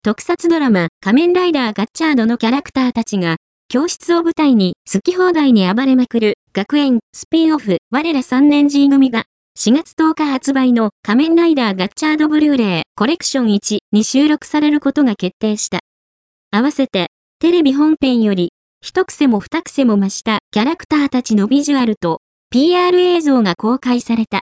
特撮ドラマ、仮面ライダーガッチャードのキャラクターたちが、教室を舞台に好き放題に暴れまくる学園スピンオフ我ら3年 G 組が4月10日発売の仮面ライダーガッチャードブルーレイコレクション1に収録されることが決定した。合わせてテレビ本編より一癖も二癖も増したキャラクターたちのビジュアルと PR 映像が公開された。